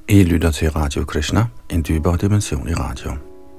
I lytter til Radio Krishna, en dybere dimension i radio.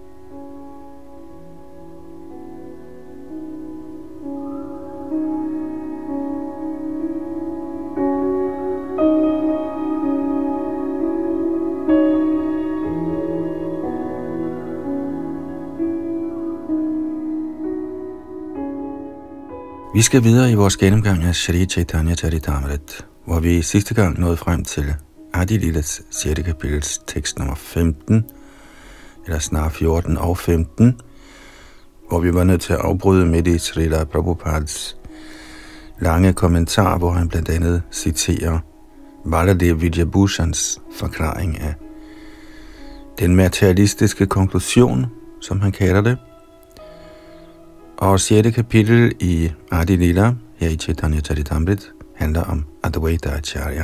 Vi skal videre i vores gennemgang af Shri Chaitanya Charitamrita, hvor vi sidste gang nåede frem til Adi Lilas 6. kapitels tekst nummer 15, eller snart 14 og 15, hvor vi var nødt til at afbryde midt i Srila Prabhupads lange kommentar, hvor han blandt andet citerer Baladev Vidyabhushans forklaring af den materialistiske konklusion, som han kalder det. Og 6. kapitel i Adi Lila, her i Chaitanya Charitamrita, handler om Advaita Acharya.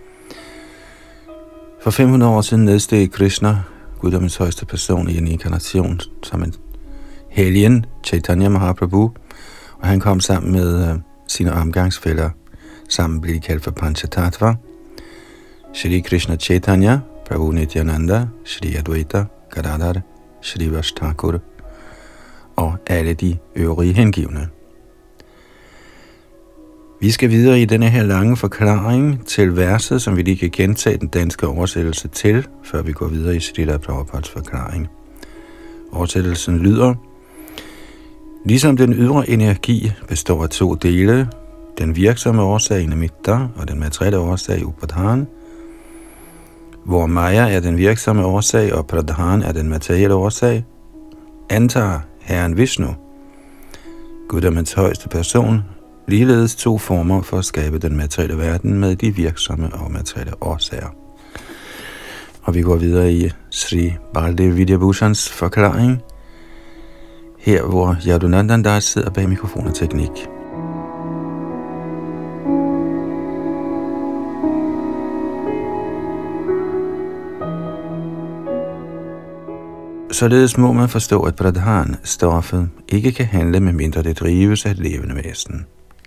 For 500 år siden nedsteg Krishna, guddommens højeste person, i en inkarnation som en helgen, Chaitanya Mahaprabhu, og han kom sammen med sine omgangsfæller. Sammen blev de kaldt for Panchatattva, Shri Krishna Chaitanya, Prabhu Nityananda, Shri Advaita, Gadadhar, Shri Vash-Thakur og alle de øvrige hengivne. Vi skal videre i denne her lange forklaring til verset, som vi lige kan gentage den danske oversættelse til, før vi går videre i Srila Prabhupads forklaring. Oversættelsen lyder: Ligesom den ydre energi består af to dele, den virksomme årsag nimitta og den materielle årsag upadhan, hvor maya er den virksomme årsag og pradhan er den materielle årsag, antager Herren Vishnu, guddommens højeste person, ligeledes to former for at skabe den materielle verden med de virksomme og materielle årsager. Og vi går videre i Sri Baladev Vidyabhushans forklaring, her hvor Yadunandan Das sidder bag mikrofon og teknik. Således må man forstå, at pradhan, stoffet, ikke kan handle, med mindre det drives af et levende væsen.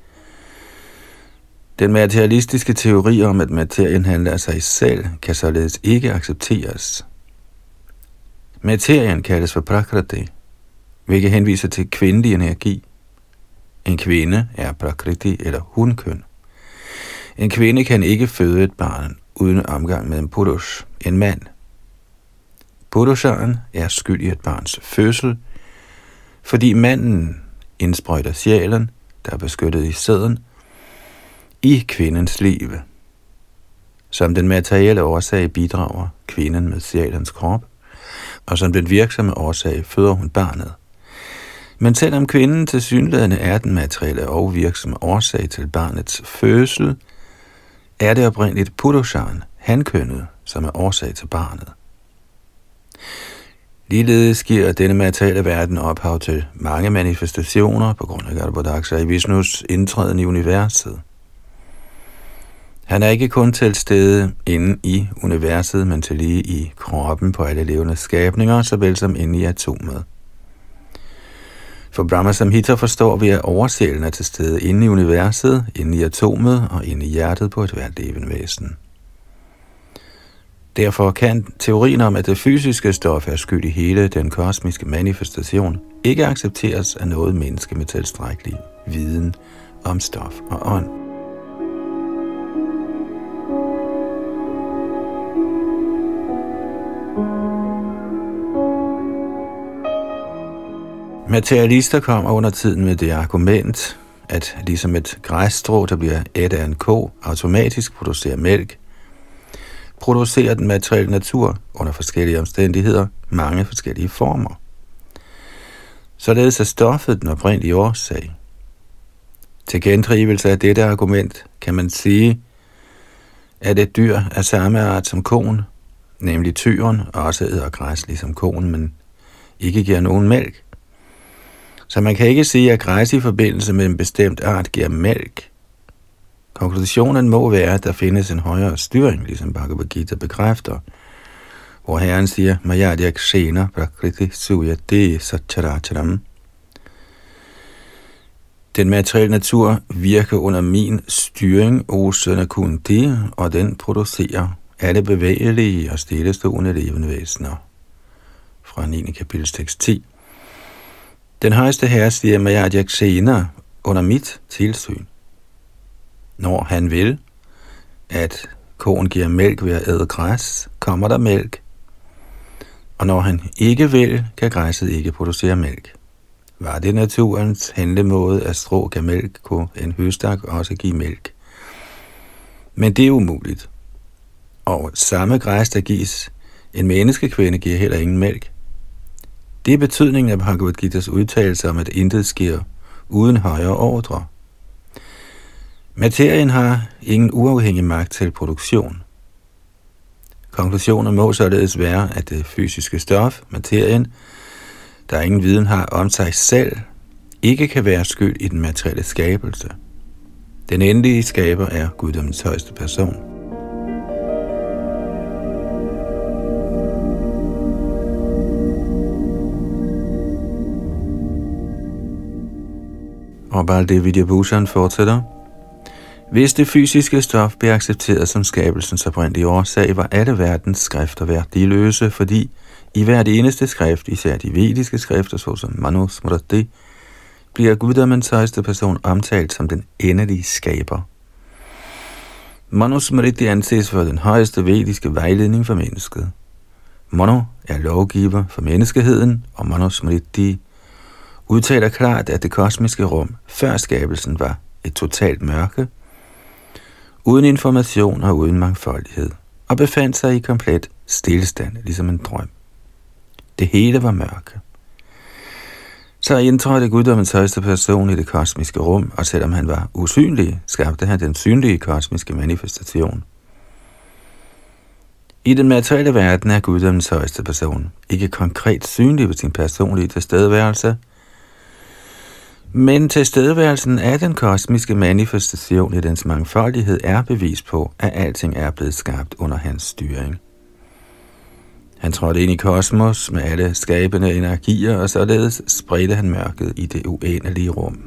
Den materialistiske teori om, at materien handler af sig selv, kan således ikke accepteres. Materien kaldes for prakriti, hvilket henviser til kvindelig energi. En kvinde er prakriti eller hunkøn. En kvinde kan ikke føde et barn uden omgang med en purush, en mand. Purushaen er skyld i et barns fødsel, fordi manden indsprøjter sjælen, der er beskyttet i sæden, i kvindens liv. Som den materielle årsag bidrager kvinden med sjælens krop, og som den virksomme årsag føder hun barnet. Men selvom kvinden tilsyneladende er den materielle og virksomme årsag til barnets fødsel, er det oprindeligt Purushaen, hankønnet, som er årsag til barnet. Ligeledes giver denne materielle verden ophav til mange manifestationer på grund af Garbhodaksha i Vishnus indtræden i universet. Han er ikke kun til stede inde i universet, men til lige i kroppen på alle levende skabninger, såvel som inde i atomet. For Brahma Samhita forstår vi, at oversjælen er til stede inde i universet, inde i atomet og inde i hjertet på et hvert levende væsen. Derfor kan teorien om, at det fysiske stof er skyld i hele den kosmiske manifestation, ikke accepteres af noget menneske med tilstrækkelig viden om stof og ånd. Materialister kommer under tiden med det argument, at ligesom et græsstrå, der bliver ædt af en ko, automatisk producerer mælk, producerer den materielle natur under forskellige omstændigheder mange forskellige former. Således er stoffet den oprindelige årsag. Til gendrivelse af dette argument kan man sige, at et dyr af samme art som koen, nemlig tyren, også æder græs ligesom koen, men ikke giver nogen mælk. Så man kan ikke sige, at græs i forbindelse med en bestemt art giver mælk. Konklusionen må være, at der findes en højere styring, ligesom Bhagavad Gita bekræfter, hvor Herren siger, Mayadya kshena prakriti suyate satcharacharam. Den materielle natur virker under min styring, o søn af Kunti, og den producerer alle bevægelige og stillestående levende væsener. Fra 9. kapitel tekst 10. Den højeste herre siger Mayadyaksena under mit tilsyn. Når han vil, at koen giver mælk ved at æde græs, kommer der mælk. Og når han ikke vil, kan græsset ikke producere mælk. Var det naturens handlemåde, at strå gav mælk, kunne en høstak også give mælk. Men det er umuligt. Og samme græs, der gives en menneskekvinde, giver heller ingen mælk. Det er betydningen af Bhagavad Gitas udtalelse om, at intet sker uden højere ordre. Materien har ingen uafhængig magt til produktion. Konklusionen må således være, at det fysiske stof, materien, der ingen viden har om sig selv, ikke kan være skyld i den materielle skabelse. Den endelige skaber er guddommens højeste person. Og Baldev Vidyabhushan fortsætter. Hvis det fysiske stof bliver accepteret som skabelsens oprindelige årsag, var alle verdens skrifter værdiløse, fordi i hvert eneste skrift, især de vediske skrifter, såsom Manusmriti, bliver guddommens højeste person omtalt som den endelige skaber. Manusmriti anses for den højeste vediske vejledning for mennesket. Manu er lovgiver for menneskeheden, og Manusmriti udtaler klart, at det kosmiske rum før skabelsen var et totalt mørke, uden information og uden mangfoldighed, og befandt sig i komplet stillestand, ligesom en drøm. Det hele var mørke. Så indtrådte guddommens højeste person i det kosmiske rum, og selvom han var usynlig, skabte han den synlige kosmiske manifestation. I den materielle verden er guddommens højeste person ikke konkret synlig ved sin personlige tilstedeværelse, men tilstedeværelsen af den kosmiske manifestation i dens mangfoldighed er bevis på, at alting er blevet skabt under hans styring. Han trådte ind i kosmos med alle skabende energier, og således spredte han mørket i det uendelige rum.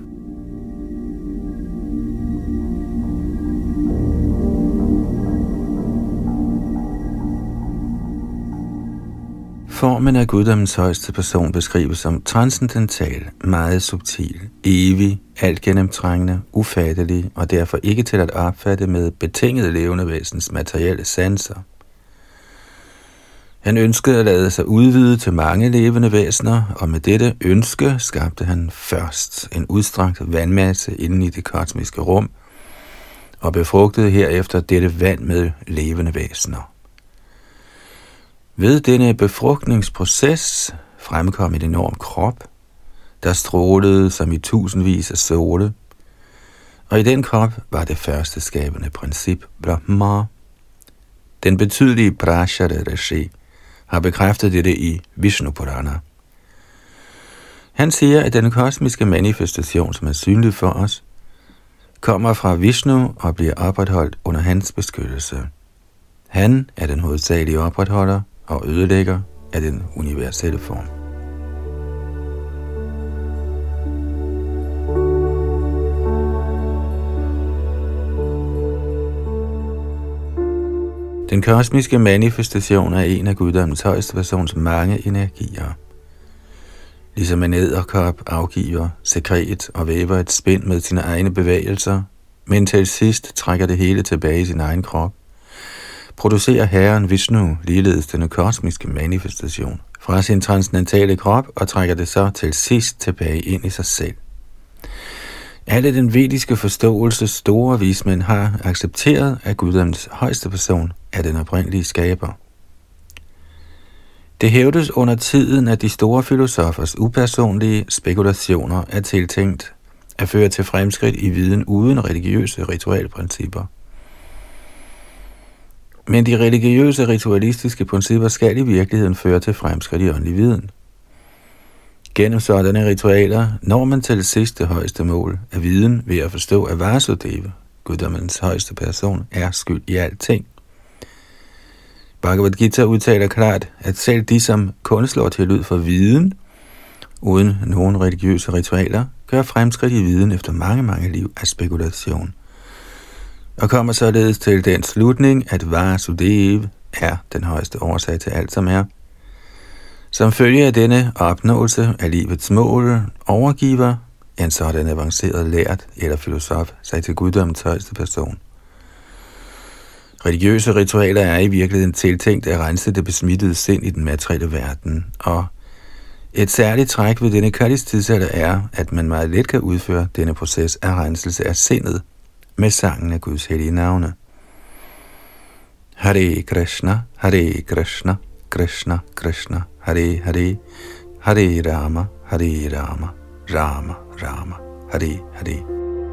Formen af guddommens højeste person beskrives som transcendental, meget subtil, evig, alt gennemtrængende, ufattelig og derfor ikke til at opfatte med betinget levende væsens materielle sanser. Han ønskede at lade sig udvide til mange levende væsener, og med dette ønske skabte han først en udstrakt vandmasse inde i det kosmiske rum, og befrugtede herefter dette vand med levende væsener. Ved denne befrugtningsproces fremkom en enorm krop, der strålede som i tusindvis af sole, og i den krop var det første skabende princip Brahma. Den betydelige Prashara Rishi har bekræftet dette i Vishnu Purana. Han siger, at den kosmiske manifestation, som er synlig for os, kommer fra Vishnu og bliver opretholdt under hans beskyttelse. Han er den hovedsagelige opretholder og ødelægger af den universelle form. Den kosmiske manifestation er en af guddommens højeste persons mange energier. Ligesom en edderkop afgiver sekret og væver et spind med sine egne bevægelser, men til sidst trækker det hele tilbage i sin egen krop, producerer Herren Vishnu ligeledes denne kosmiske manifestation fra sin transcendentale krop og trækker det så til sidst tilbage ind i sig selv. Alle den vediske forståelse store vismænd har accepteret, at guddommens højeste person er den oprindelige skaber. Det hævdes under tiden, at de store filosofers upersonlige spekulationer er tiltænkt at føre til fremskridt i viden uden religiøse ritualprincipper. Men de religiøse ritualistiske principper skal i virkeligheden føre til fremskridt i åndelig viden. Gennem sådanne ritualer når man til sidste højeste mål af viden ved at forstå, at Vasudeva, guddommens højeste person, er skyld i alting. Bhagavad Gita udtaler klart, at selv de, som kun slår til lyd for viden, uden nogen religiøse ritualer, gør fremskridt i viden efter mange liv af spekulation. og kommer således til den slutning, at Vasudeva er den højeste årsag til alt, som er. Som følge af denne opnåelse af livets mål, overgiver en sådan avanceret lært eller filosof sig til guddommens højeste person. Religiøse ritualer er i virkeligheden tiltænkt at rense det besmittede sind i den materielle verden, og et særligt træk ved denne Kalis tidsalder er, at man meget let kan udføre denne proces af renselse af sindet med sangen af Guds hellige navne. Hare Krishna, Hare Krishna, Krishna Krishna, Hare Hare, Hare Rama, Hare Rama, Rama Rama, Hare Hare.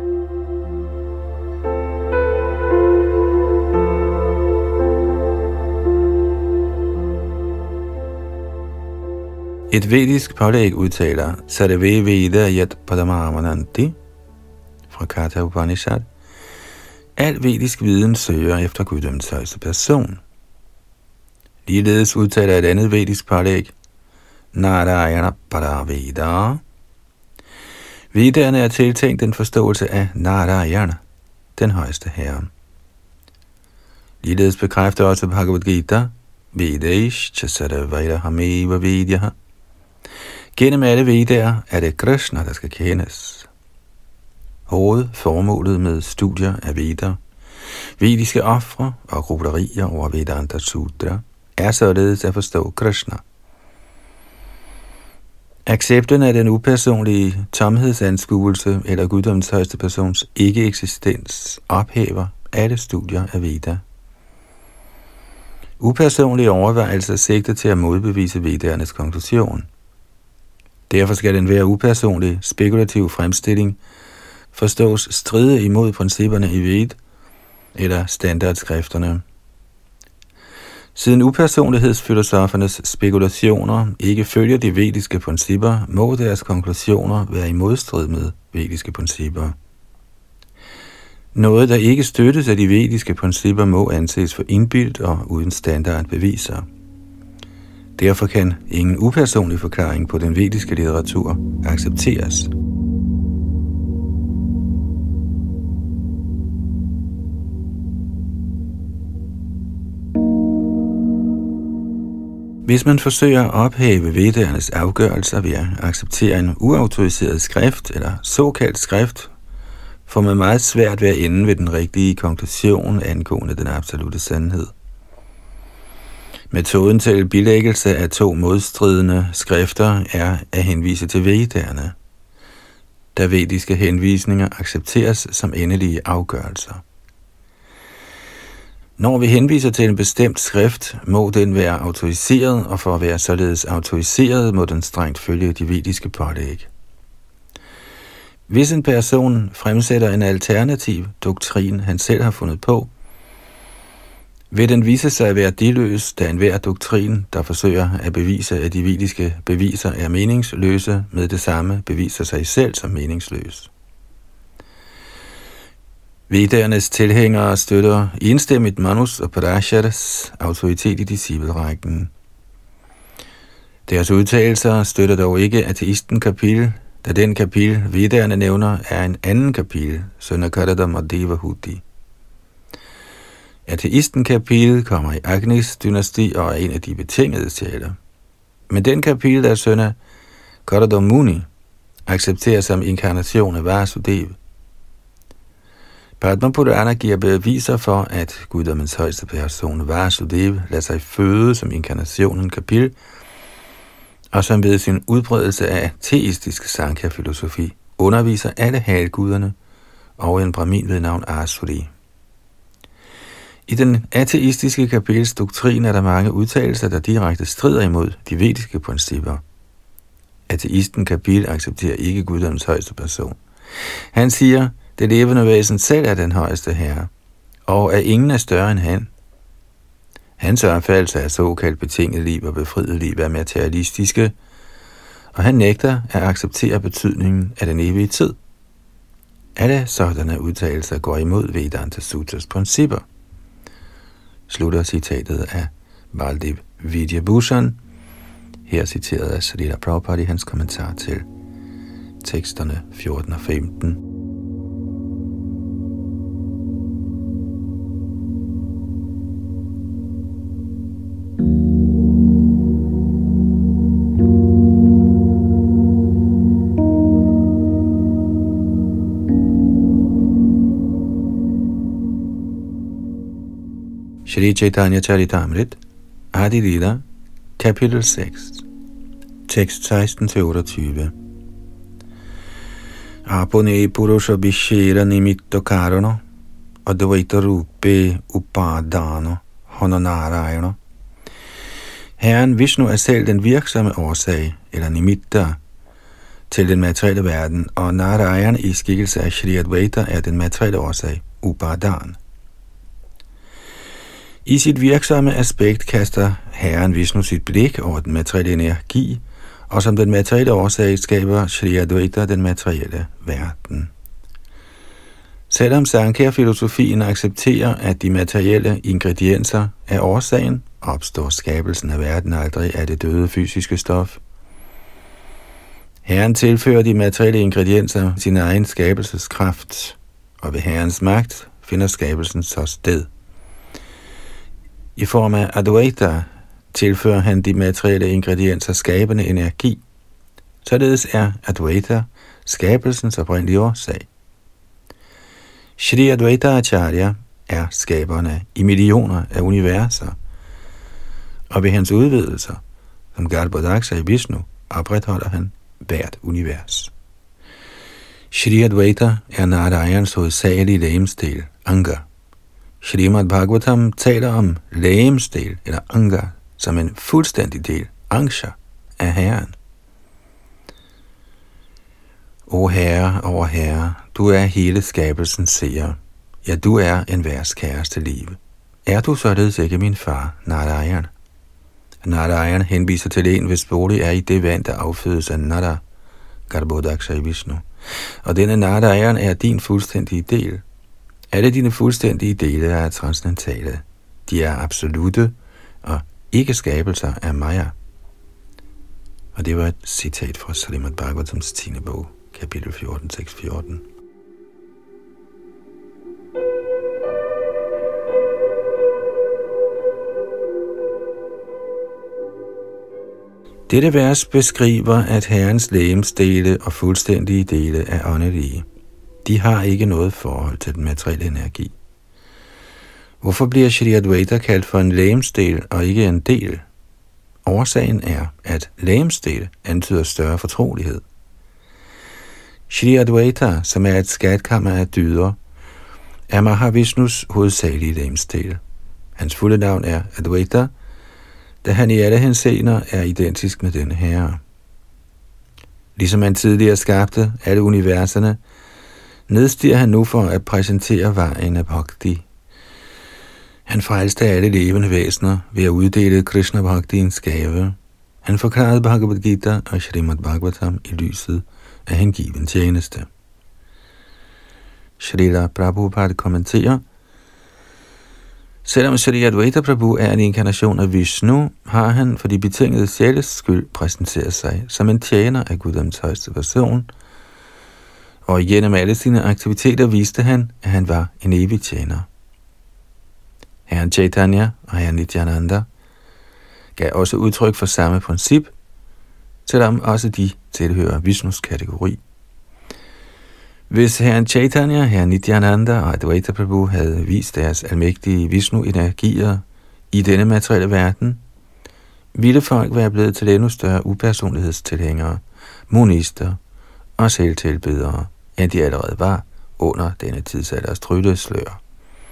Et vedisk pålæg udtaler Sarve Veda Yat Padamamananti fra Katha Upanishad. Al vedisk viden søger efter guddommens højeste person. Ligeledes udtaler et andet vedisk pålæg Narayana Paraveda. Vedderne er tiltænkt den forståelse af Narayana, den højeste herre. Ligeledes bekræfter også Bhagavad Gita Vedesh Chasaravaira Hameva Vedyaha. Gennem alle Vedaer er det Krishna, der skal kendes. Hovedformålet med studier af Veda, vediske ofre og grublerier over Vedanta Sutra er således at forstå Krishna. Accepten af den upersonlige tomhedsanskuelse eller guddommens højeste persons ikke-eksistens ophæver alle studier af Veda. Upersonlige overvejelser sigter til at modbevise Vedaernes konklusion. Derfor skal den være upersonlig, spekulativ fremstilling forstås stride imod principperne i Ved eller standardskrifterne. Siden upersonlighedsfilosofernes spekulationer ikke følger de vediske principper, må deres konklusioner være i modstrid med vediske principper. Noget, der ikke støttes af de vediske principper, må anses for indbildt og uden standardbeviser. Derfor kan ingen upersonlig forklaring på den vediske litteratur accepteres. Hvis man forsøger at ophæve Vedaernes afgørelser ved at acceptere en uautoriseret skrift eller såkaldt skrift, får man meget svært ved at ende ved den rigtige konklusion angående den absolute sandhed. Metoden til bilæggelse af to modstridende skrifter er at henvise til Vedaerne, da vediske henvisninger accepteres som endelige afgørelser. Når vi henviser til en bestemt skrift, må den være autoriseret, og for at være således autoriseret, må den strengt følge de vediske pålæg. Hvis en person fremsætter en alternativ doktrin, han selv har fundet på, vil den vise sig at være diløs, da enhver doktrin, der forsøger at bevise, at de vediske beviser er meningsløse, med det samme beviser sig selv som meningsløs. Vedaernes tilhængere støtter enstemmigt Manus og Parasharas autoritet i disciplerækken. Deres udtalelser støtter dog ikke ateisten kapitel, da den kapitel, Vedaerne nævner, er en anden kapitel, Sønakaradam og Devahuti. Ateisten kapitel kommer i Agnis dynasti og er en af de betingede sjæle. Men den kapitel, der er søn af Karadam Muni, accepteres som inkarnation af Vasudeva. Padma Purana giver beviser for, at guddommens højeste person Vasudeva lader sig føde som inkarnationen kapitel, og som ved sin udbredelse af teistisk Sankhya-filosofi underviser alle halguderne og en brahmin ved navn Asuri. I den ateistiske kapitels doktrin er der mange udtalelser, der direkte strider imod de vediske principper. Ateisten kapitel accepterer ikke guddommens højeste person. Han siger, det levende væsen selv er den højeste herre, og at ingen er større end han. Hans opfattelse af såkaldt betinget liv og befriet liv er materialistiske, og han nægter at acceptere betydningen af den evige tid. Alle sådanne udtalelser går imod Vedanta Sutras principper. Slutter citatet af Baldev Vidyabhushan, her citeret af Srila Prabhupada i hans kommentar til teksterne 14 og 15. Shri Chaitanya Charitamrit, Adi Lila, kapitel 6, tekst 16-28. Apone purusha bishera nimitto karano, advaita rupe upadano, hononarayano. Herren Vishnu er selv den virksomme årsag, eller nimitta, til den materielle verden, og Narayan i skikkelse af Shri Advaita er den materielle årsag, upadan. I sit virksomme aspekt kaster Herren Vishnu sit blik over den materielle energi, og som den materielle årsag skaber Shri Advaita den materielle verden. Selvom Sankhya-filosofien accepterer, at de materielle ingredienser er årsagen, opstår skabelsen af verden aldrig af det døde fysiske stof. Herren tilfører de materielle ingredienser sin egen skabelseskraft, og ved Herrens magt finder skabelsen så sted. I form af Advaita tilfører han de materielle ingredienser skabende energi. Således er Advaita skabelsens oprindelige årsag. Shri Advaita Acharya er skaberne i millioner af universer, og ved hans udvidelser, som Garbhodaksha i Vishnu, opretholder han hvert univers. Shri Advaita er Narayans hovedsagelige legemsdel, Anga. Srimad Bhagavatam taler om legemsdel, eller Anga, som en fuldstændig del, Angsha, af Herren. O Herre over Herre, du er hele skabelsens seer. Ja, du er enhvers kæreste liv. Er du således ikke min far, Narayan? Narayan henviser til en, hvis bolig er i det vand, der affødes af Nara, Garbhodaksha i Vishnu. Og denne Narayan er din fuldstændige del. Alle dine fuldstændige dele er transcendentale. De er absolute og ikke skabelser af Maya. Og det var et citat fra Srimad Bhagavatams 10. bog, kapitel 14, tekst 14. Dette vers beskriver, at Herrens legemsdele og fuldstændige dele er åndelige. De har ikke noget forhold til den materielle energi. Hvorfor bliver Shri Advaita kaldt for en legemsdel og ikke en del? Årsagen er, at legemsdel antyder større fortrolighed. Shri Advaita, som er et skatkammer af dyder, er Mahavishnus hovedsagelige legemsdel. Hans fulde navn er Advaita, da han i alle henseender er identisk med denne herre. Ligesom han tidligere skabte alle universerne, nedstiger han nu for at præsentere vejen af bhakti. Han frelste alle levende væsener ved at uddele Krishna Bhaktiens gave. Han forklarede Bhagavad Gita og Srimad Bhagavatam i lyset af hengiven tjeneste. Srila Prabhupada kommenterer: selvom Shri Advaita Prabhu er en inkarnation af Vishnu, har han for de betingede sjæles skyld præsenteret sig som en tjener af Guddoms højeste person, og igennem alle sine aktiviteter viste han, at han var en evig tjener. Herren Chaitanya og Herren Nityananda gav også udtryk for samme princip, selvom også de tilhører Vishnus kategori. Hvis Herren Chaitanya, Herren Nityananda og Advaita Prabhu havde vist deres almægtige Vishnu-energier i denne materielle verden, ville folk være blevet til endnu større upersonlighedstilhængere, monister og selvtilbedere, end de allerede var under denne tidsalders trylleslør.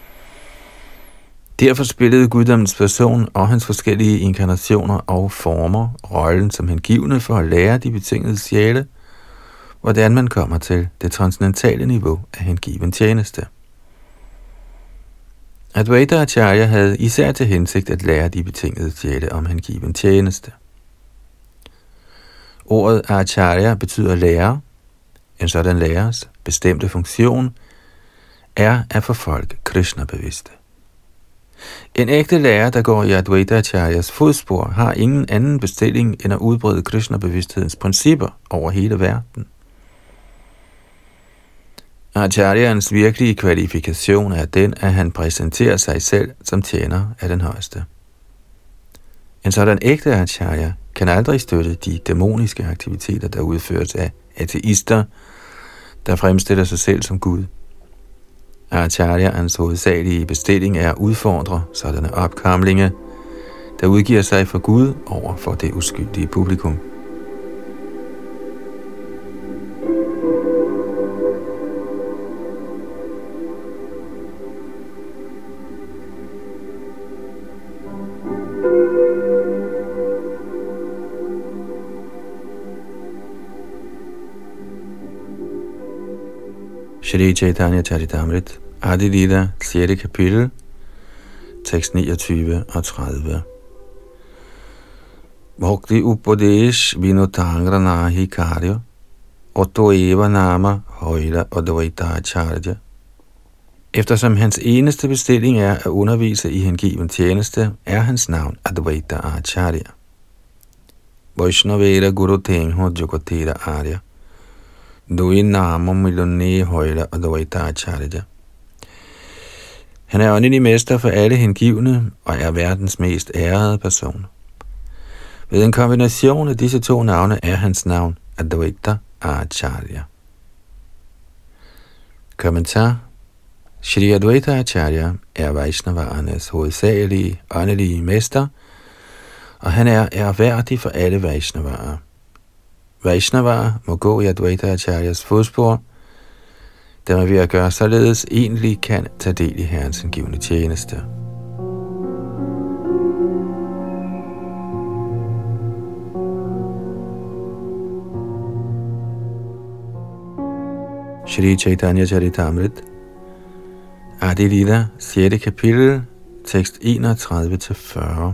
Derfor spillede Guddommens person og hans forskellige inkarnationer og former rollen som hengivne for at lære de betingede sjæle, hvordan man kommer til det transcendentale niveau af hengiven tjeneste. Advaita Acharya havde især til hensigt at lære de betingede sjæle om hengiven tjeneste. Ordet Acharya betyder lærer. En sådan lærers bestemte funktion er at få folk Krishna-bevidste. En ægte lærer, der går i Advaita Acharyas fodspor, har ingen anden bestilling end at udbrede Krishna-bevidsthedens principper over hele verden. Acharyans virkelige kvalifikation er den, at han præsenterer sig selv som tjener af den højeste. En sådan ægte Acharya kan aldrig støtte de dæmoniske aktiviteter, der udføres af ateister, der fremstiller sig selv som Gud. Acharyans hovedsagelige bestilling er at udfordre sådanne opkamlinge, der udgiver sig for Gud over for det uskyldige publikum. Shri Chaitanya Charitamrit, Adi Lila, 6. kapitel, tekst 29 og 30. Bhakti Upadesh Vinotangra Nahi Karya, Otto Eva Nama Højla Advaita Acharya. Eftersom hans eneste bestilling er at undervise i hengiven tjeneste, er hans navn Advaita Acharya. Vaishnavera Guru Tengho Jokatera Arya. Dui Nama Milone Højla Advaita Acharya. Han er åndelig mester for alle hengivne og er verdens mest ærede person. Ved en kombination af disse to navne er hans navn Advaita Acharya. Kommentar. Shri Advaita Acharya er Vaishnavaernes hovedsagelige åndelige mester, og han er ærværdig for alle Vaishnavaer. Vaishnavaer må gå i Advaita Acharyas fodspor, da man ved at gøre således egentlig kan tage del i Herrens hengivne tjeneste. Shri Chaitanya Charitamrit, Adi Lila, 6. kapitel, tekst 31-40.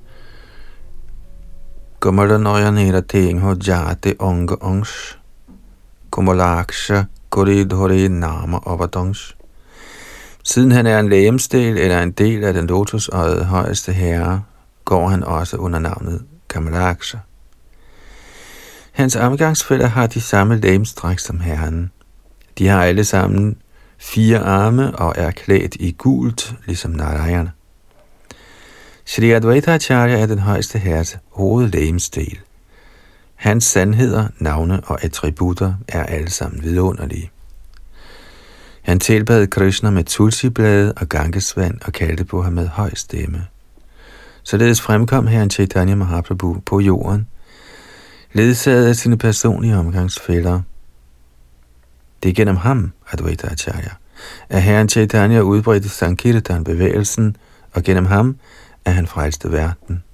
Gomalanøjernera tengho jate onge ongs, Gomalaksha koridhore nama avadongs. Siden han er en legemsdel eller en del af den lotusøjede højeste herre, går han også under navnet Kamalaksha. Hans omgangsfæller har de samme legemstræk som herren. De har alle sammen 4 arme og er klædt i gult, ligesom Narayana. Shri Advaita Acharya er den højeste herres hovedlegemsdel. Hans sandheder, navne og attributter er alle sammen vidunderlige. Han tilbad Krishna med tulsiblade og gangesvand og kaldte på ham med høj stemme. Således fremkom herren Chaitanya Mahaprabhu på jorden, ledsaget af sine personlige omgangsfæller. Det er gennem ham, Advaita Acharya, at herren Chaitanya udbredte Sankirtan-bevægelsen, og gennem ham er han frelste verden.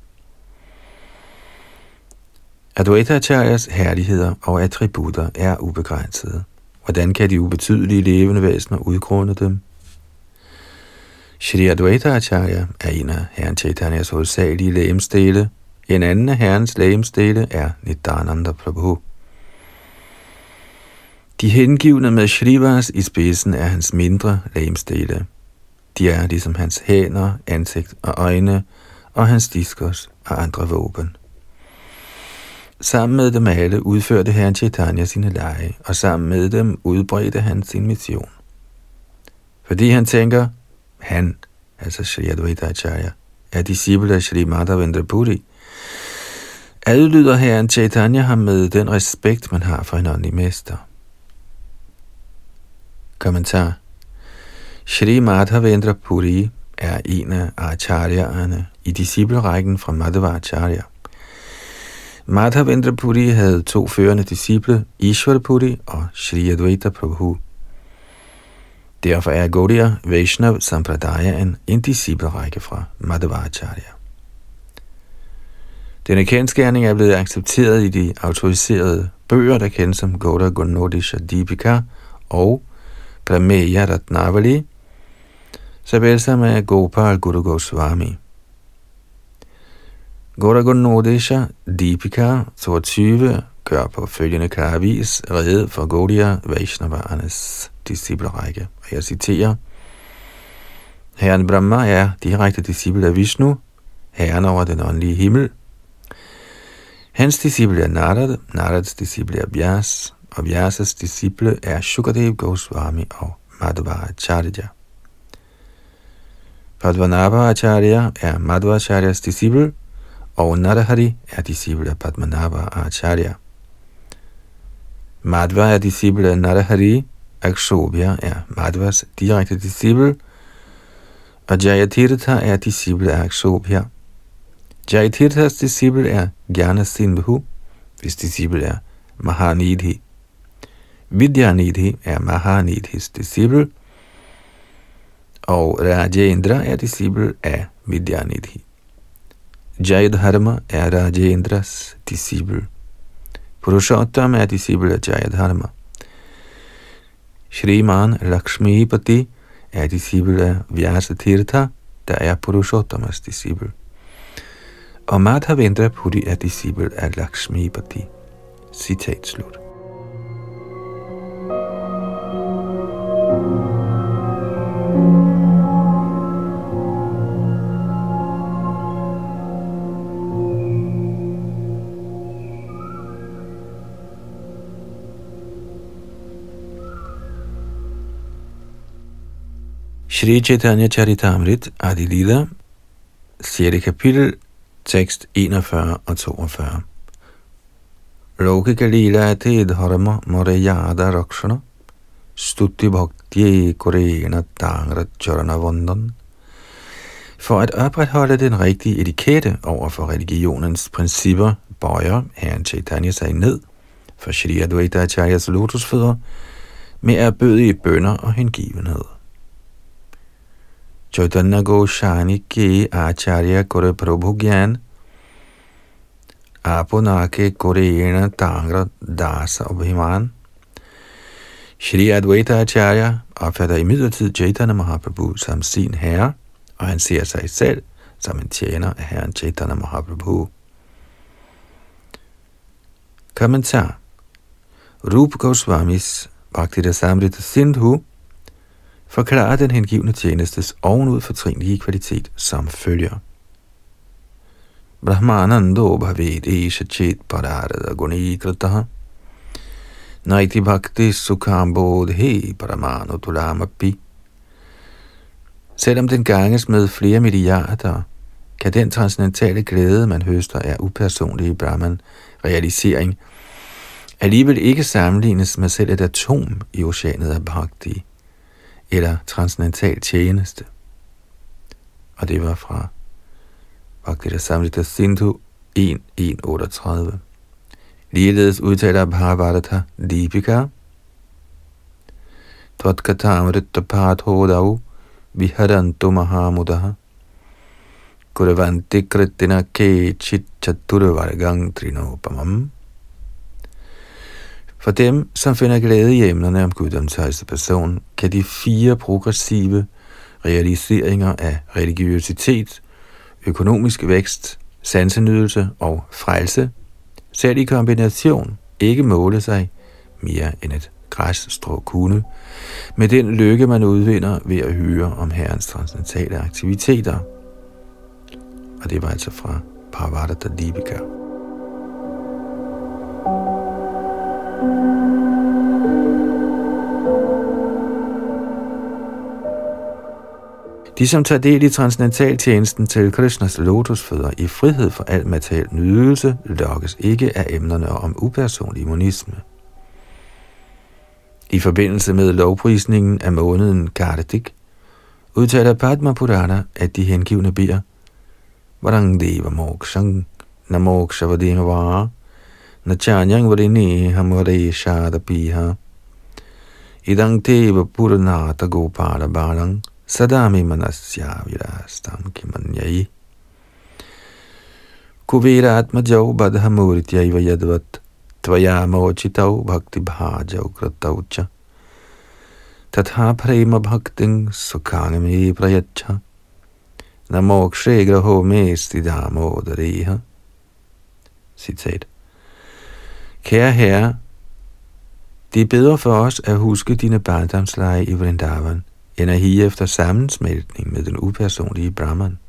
Advaita Acharyas herligheder og attributter er ubegrænsede. Hvordan kan de ubetydelige levende væsener udgrunde dem? Shri Advaita Acharya er en af herren Chaitanyas hovedsagelige legemsdele. En anden af herrens legemsdele er Nityananda Prabhu. De hengivne med Shrivas i spidsen er hans mindre legemsdele. De er ligesom hans hænder, ansigt og øjne, og hans diskos og andre våben. Sammen med dem alle udførte herren Chaitanya sine lege, og sammen med dem udbredte han sin mission. Fordi han tænker, han, altså Shri Advaita Acharya, er disciple af Shri Madhavendra Puri, adlyder herren Chaitanya ham med den respekt, man har for en åndelig mester. Kommentar. Shri Madhavendra Puri er en af acharyerne i disciplerækken fra Madhava Acharya. Madhavendra Puri havde 2 førende disciple, Ishvara Puri og Shri Advaita Prabhu. Derfor er Gaudiya Vaishnav Sampradayaen en disciplerække fra Madhava Acharya. Denne kendsgerning er blevet accepteret i de autoriserede bøger, der kendes som Gaudiya Gunodisha Deepika og Prameya Ratnavali, såvel som af Gopal Guru Goswami. Gaudiya Gunodisha Deepika 22 gør på følgende klare vis rede for Gaudiya Vaishnavaernes disciplerække. Og jeg citerer: Herren Brahma er direkte disciple af Vishnu, herren over den åndelige himmel. Hans disciple er Narad, Narads disciple er Vyas, og Vyasas disciple er Shukadev Goswami og Madhva Acharya. Padmanabha Acharya er Madhva Acharyas disciple, og Narahari er disciple af Padmanabha Acharya. Madhva er disciple af Narahari, Akshobhya er Madhvas direkte disciple, og Jayatirtha er disciple af Akshobhya. Jayatirthas disciple er Jnana-sindhu, hvis disciple er Mahanidhi. Vidyanidhi er Mahanidhis disciple, og Rajendra er disciple af Vidyanidhi. Jayadharma er Rajendras disciple. Purushottam er disciple af Jayadharma. Shriman Lakshmipati er disciple af Vyasatirtha, der er Purushottamas disciple. Og Madhavendra Puri er disciple af Lakshmipati. Citat slut. Shri Chaitanya Charitamrit Adi Lila, 6. kapitel, tekst 41 og 42. Lokika lila te dharma morayada rakshana stutti bhakti korena tangra charana vandan. For at opretholde den rigtige etikette over for religionens principper, bøjer Herren Chaitanya sig ned for Shri Advaita Acharyas lotusfødder med erbødige bønner og hengivenhed. Chaitanya Goshani ke Acharya Kore Prabhu Gyan Apunake Korena Tangra Dasa Abhiman. Shri Advaita Acharya opfatter imidlertid Chaitanya Mahaprabhu som sin herre, og han ser sig selv som en tjener af Herren Chaitanya Mahaprabhu. Kommentar. Rupa Goswamis Bhakti-rasamrita Sindhu forklarer den hengivne tjenestes ovenud fortrinlige kvalitet som følger. Brahmanando bhavet esha chet pararada gunikrataha naiti bhakti sukhambodhe paramano tulamapi. Selvom den ganges med flere milliarder, kan den transcendentale glæde, man høster af upersonlige Brahman-realisering, alligevel ikke sammenlignes med selv et atom i oceanet af bhakti, eller transcendental tjeneste. Og det var fra Bhakti-rasamrita Sindhu 1.1.38. Ligeledes udtaler Bhagavata Deepika, Tvatkatamrita pathodau viharantu mahamudaha Kuravanti kritina ke chit chaturvargang trinopamam. For dem, som finder glæde i emnerne om Guddoms højeste person, kan de 4 progressive realiseringer af religiøsitet, økonomisk vækst, sansenydelse og frelse, selv i kombination, ikke måle sig mere end et græsstrå kunne, med den lykke, man udvinder ved at høre om Herrens transcendentale aktiviteter. Og det var altså fra Bhagavata Deepika. De, som tager del i transcendentaltjenesten til Krishnas lotusfødder i frihed for al materiel nydelse, lokkes ikke af emnerne om upersonlig monisme. I forbindelse med lovprisningen af måneden Kartik, udtaler Padma Purana, at de hengivne beder Varang Deva Mokshang Namoksha Vadinavara Nachanyang Vadini Hamare Shadapiha Idang Deva Puranata Gopala Balang Sadami Manasya Virastam Kimanyai Kuvira Atmajav Badhamuritya Yadvat Tvaya Mochitau Bhakti Bhajav Krataucha Tatha Prema Bhakting Sukhangami Prayacha Namokshe Graho Mesti Damodariha. Citat. Kære Herre, det er bedre for os at huske dine barndomslege i Vrindavan, end at hige efter sammensmeltning med den upersonlige Brahman.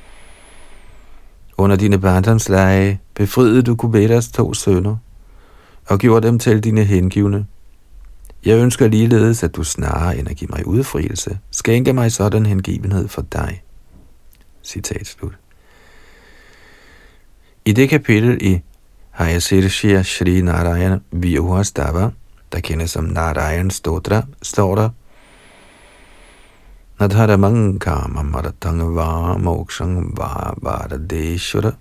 Under dine barndomslege befriede du Kuberas 2 sønner og gjorde dem til dine hengivne. Jeg ønsker ligeledes, at du snarere end at give mig udfrielse, skænker mig sådan hengivenhed for dig. Citat slut. I det kapitel i Hayasirshya Shri Narayana Vyuhastava der kendes som Narayan Stotra, står der: Nadharamang kamam aratang va mokshang va varadeshura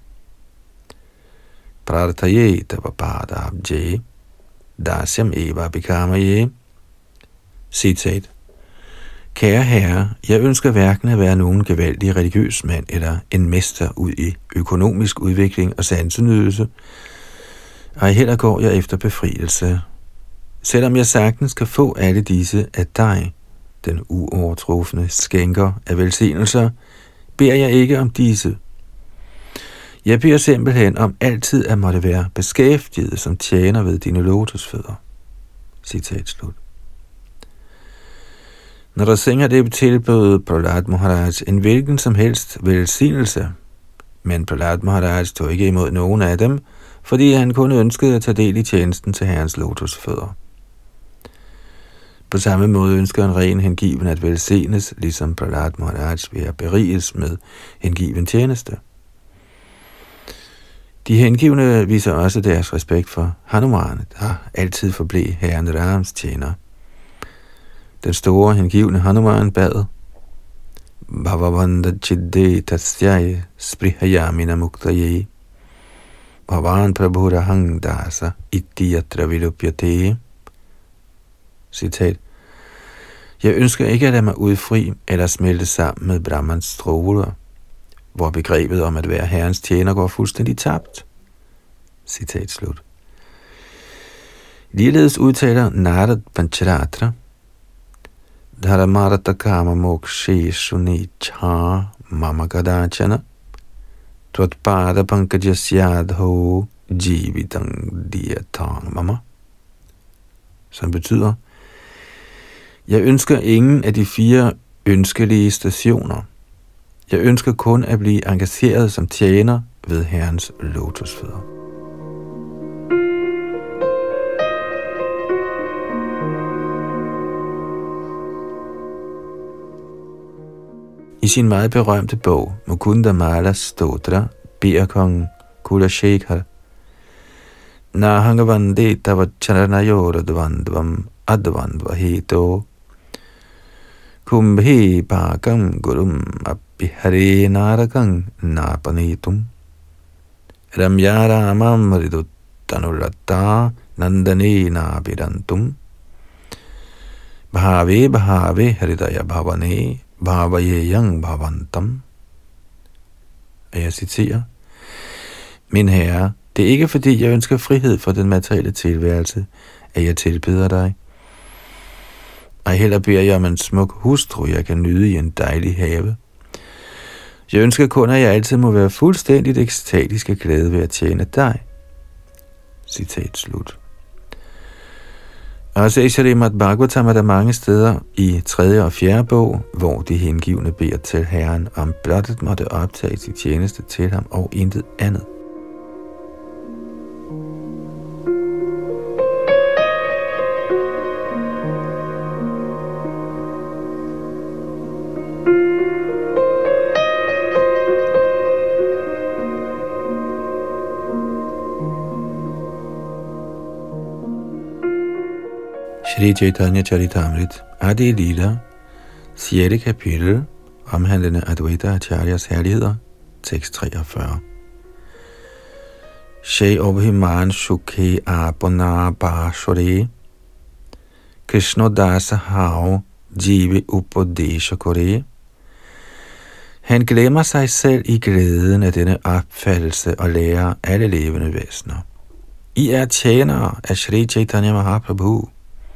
prarthaye tavapadabje dasyam eva bikamaye. Citat: Kære herre, jeg ønsker hverken at være nogen gevaldig religiøs mand eller en mester ud i økonomisk udvikling og sansenydelse, og heller går jeg efter befrielse. Selvom jeg sagtens kan få alle disse af dig, den uovertrufne skænker af velsignelser, beder jeg ikke om disse. Jeg beder simpelthen om altid at måtte være beskæftiget som tjener ved dine lotusfødder. Citat slut. Narasimhadev tilbød Prahlad Maharaj en hvilken som helst velsignelse, men Prahlad Maharaj tog ikke imod nogen af dem, fordi han kun ønskede at tage del i tjenesten til herrens lotusfødder. På samme måde ønsker en ren hengiven at velsignes, ligesom Prahlad Maharaj ved at beriges med hengiven tjeneste. De hengivne viser også deres respekt for Hanuman, der altid forblev herren Rams tjener. Den store hengivne Hanuman bad: Bhavavanda chidde tasyai sprihayamina muktaye Bhavan prabhurahang dasa ittiyatra vilupyate. Citat: Jeg ønsker ikke at lade mig udfri eller smelte sammen med Brahmans stråler, hvor begrebet om at være herrens tjener går fuldstændig tabt. Citat slut. Ligeledes udtaler Narad Pancharatra: Dharamarata kama moksheshu nichha mama gadachana Tvatpada pankajasyadho jivitang diyatang mama. Som betyder: Jeg ønsker ingen af de 4 ønskelige stationer. Jeg ønsker kun at blive engageret som tjener ved herrens lotusfødder. I sin meget berømte bog Mukunda Mala Stotra beder kong Kulashekar: Nahangavande tava charanayora dvandvam advandva heto kumbhe pakam gurum abhihare narakang napanetum ramyaramam riduttanurata nandane nabirantum bhave bhave hridaya bhavane bhavayeyang bhavantam. Og jeg citerer: Min herre, det er ikke fordi jeg ønsker frihed for den materielle tilværelse, at jeg tilbeder dig. Og heller beder jeg om en smuk hustru, jeg kan nyde i en dejlig have. Jeg ønsker kun, at jeg altid må være fuldstændigt ekstatisk og glad ved at tjene dig. Citat slut. Også i Srimad Bhagavatam er der mange steder i 3. og 4. bog, hvor de hengivne beder til herren om blot at måtte optage sin tjeneste til ham og intet andet. Shri Chaitanya Charitamrit, Adi Lila, 6. kapitel, omhandlende Advaita Acharyas herligheder, tekst 43. Shai Obhiman Shukhe Apana Bashore Krishna Dasa Hao Jive Upodesha Kore. Han glemmer sig selv i glæden af denne opfattelse og lærer alle levende væsener. I er tjenere af Shri Chaitanya Mahaprabhu.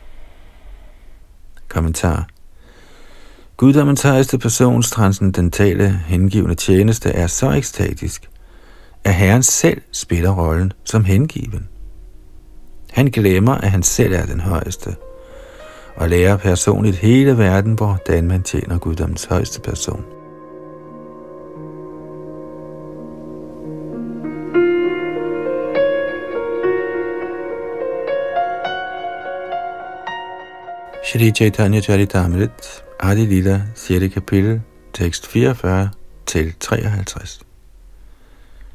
Kommentar. Guddommens højeste persons transcendentale hengivne tjeneste er så ekstatisk, at Herren selv spiller rollen som hengiven. Han glemmer, at han selv er den højeste, og lærer personligt hele verden, hvordan man tjener guddommens højeste person. Shri Chaitanya Charitamrit, Adi Lila, 6. kapitel, tekst 44 til 53.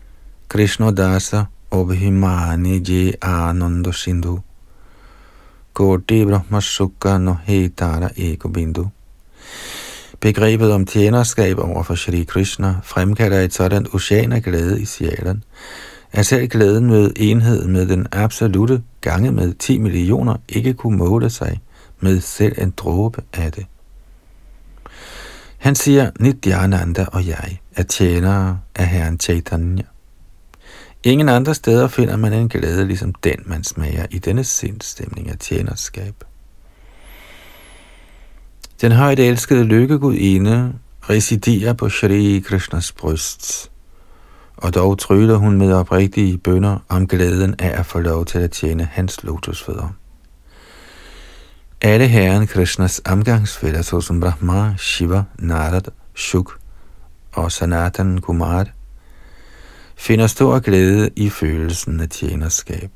Krishna Dasa Obhimani Je Ananda Sindhu Koti Brahma Sukha no Hetara Eko Bindu. Begrebet om tjenerskab over for Shri Krishna fremkalder et sådan ocean af glæde i sjælen, at selv glæden ved enhed med den absolute gange med 10 millioner ikke kunne måle sig med selv en dråbe af det. Han siger, Nityananda og jeg er tjenere af Herren Chaitanya. Ingen andre steder finder man en glæde ligesom den, man smager i denne sindsstemning af tjenerskab. Den højt elskede lykkegudinde residerer på Shri Krishnas bryst, og dog tryller hun med oprigtige bønner om glæden af at få lov til at tjene hans lotusfødder. Alle herren Krishnas omgangsfæller, såsom Brahma, Shiva, Narad, Shuk og Sanatan Kumar, finder stor glæde i følelsen af tjenerskab.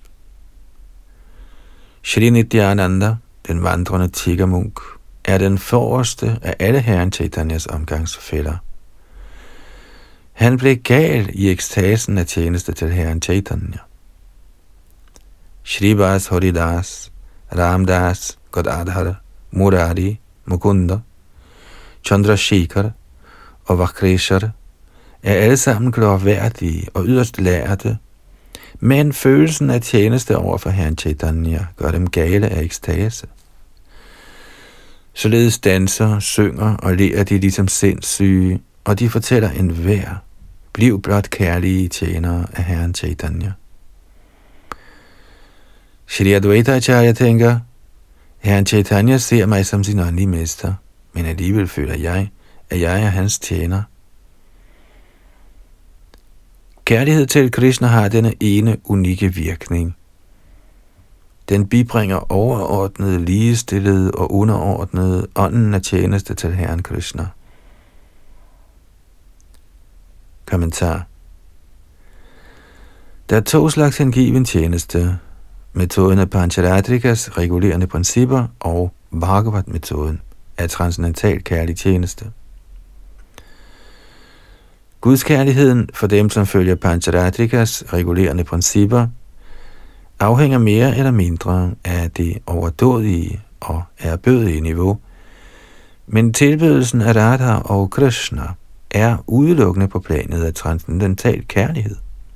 Shri Nityananda, den vandrende tiggermunk, er den forreste af alle herren Chaitanyas omgangsfæller. Han blev gal i ekstasen af tjeneste til herren Chaitanya. Shrivas Haridas, Ramdas, Godadhar, Murari, Mukunda, Chandrasekhar og Vakreshar er alle sammen glorværdige og yderst lærte, men følelsen af tjeneste over for herren Chaitanya gør dem gale af ekstase. Således danser, synger og ler de ligesom sindssyge, og de fortæller enhver, bliv blot kærlige tjenere af herren Chaitanya. Shri Advaita Acharya tænker, herren Chaitanya ser mig som sin åndelige mester, men alligevel føler jeg, at jeg er hans tjener. Kærlighed til Krishna har denne ene unikke virkning. Den bibringer overordnede, ligestillede og underordnede ånden af tjeneste til herren Krishna. Kommentar. Der er 2 slags hengiven tjeneste. Metoden af Pancharadrikas regulerende principper og Bhagavat-metoden af transcendental kærlig tjeneste. Guds kærligheden for dem, som følger Pancharadrikas regulerende principper, afhænger mere eller mindre af det overdådige og ærbødige niveau, men tilbedelsen af Radha og Krishna er udelukkende på planet af transcendental kærlighed.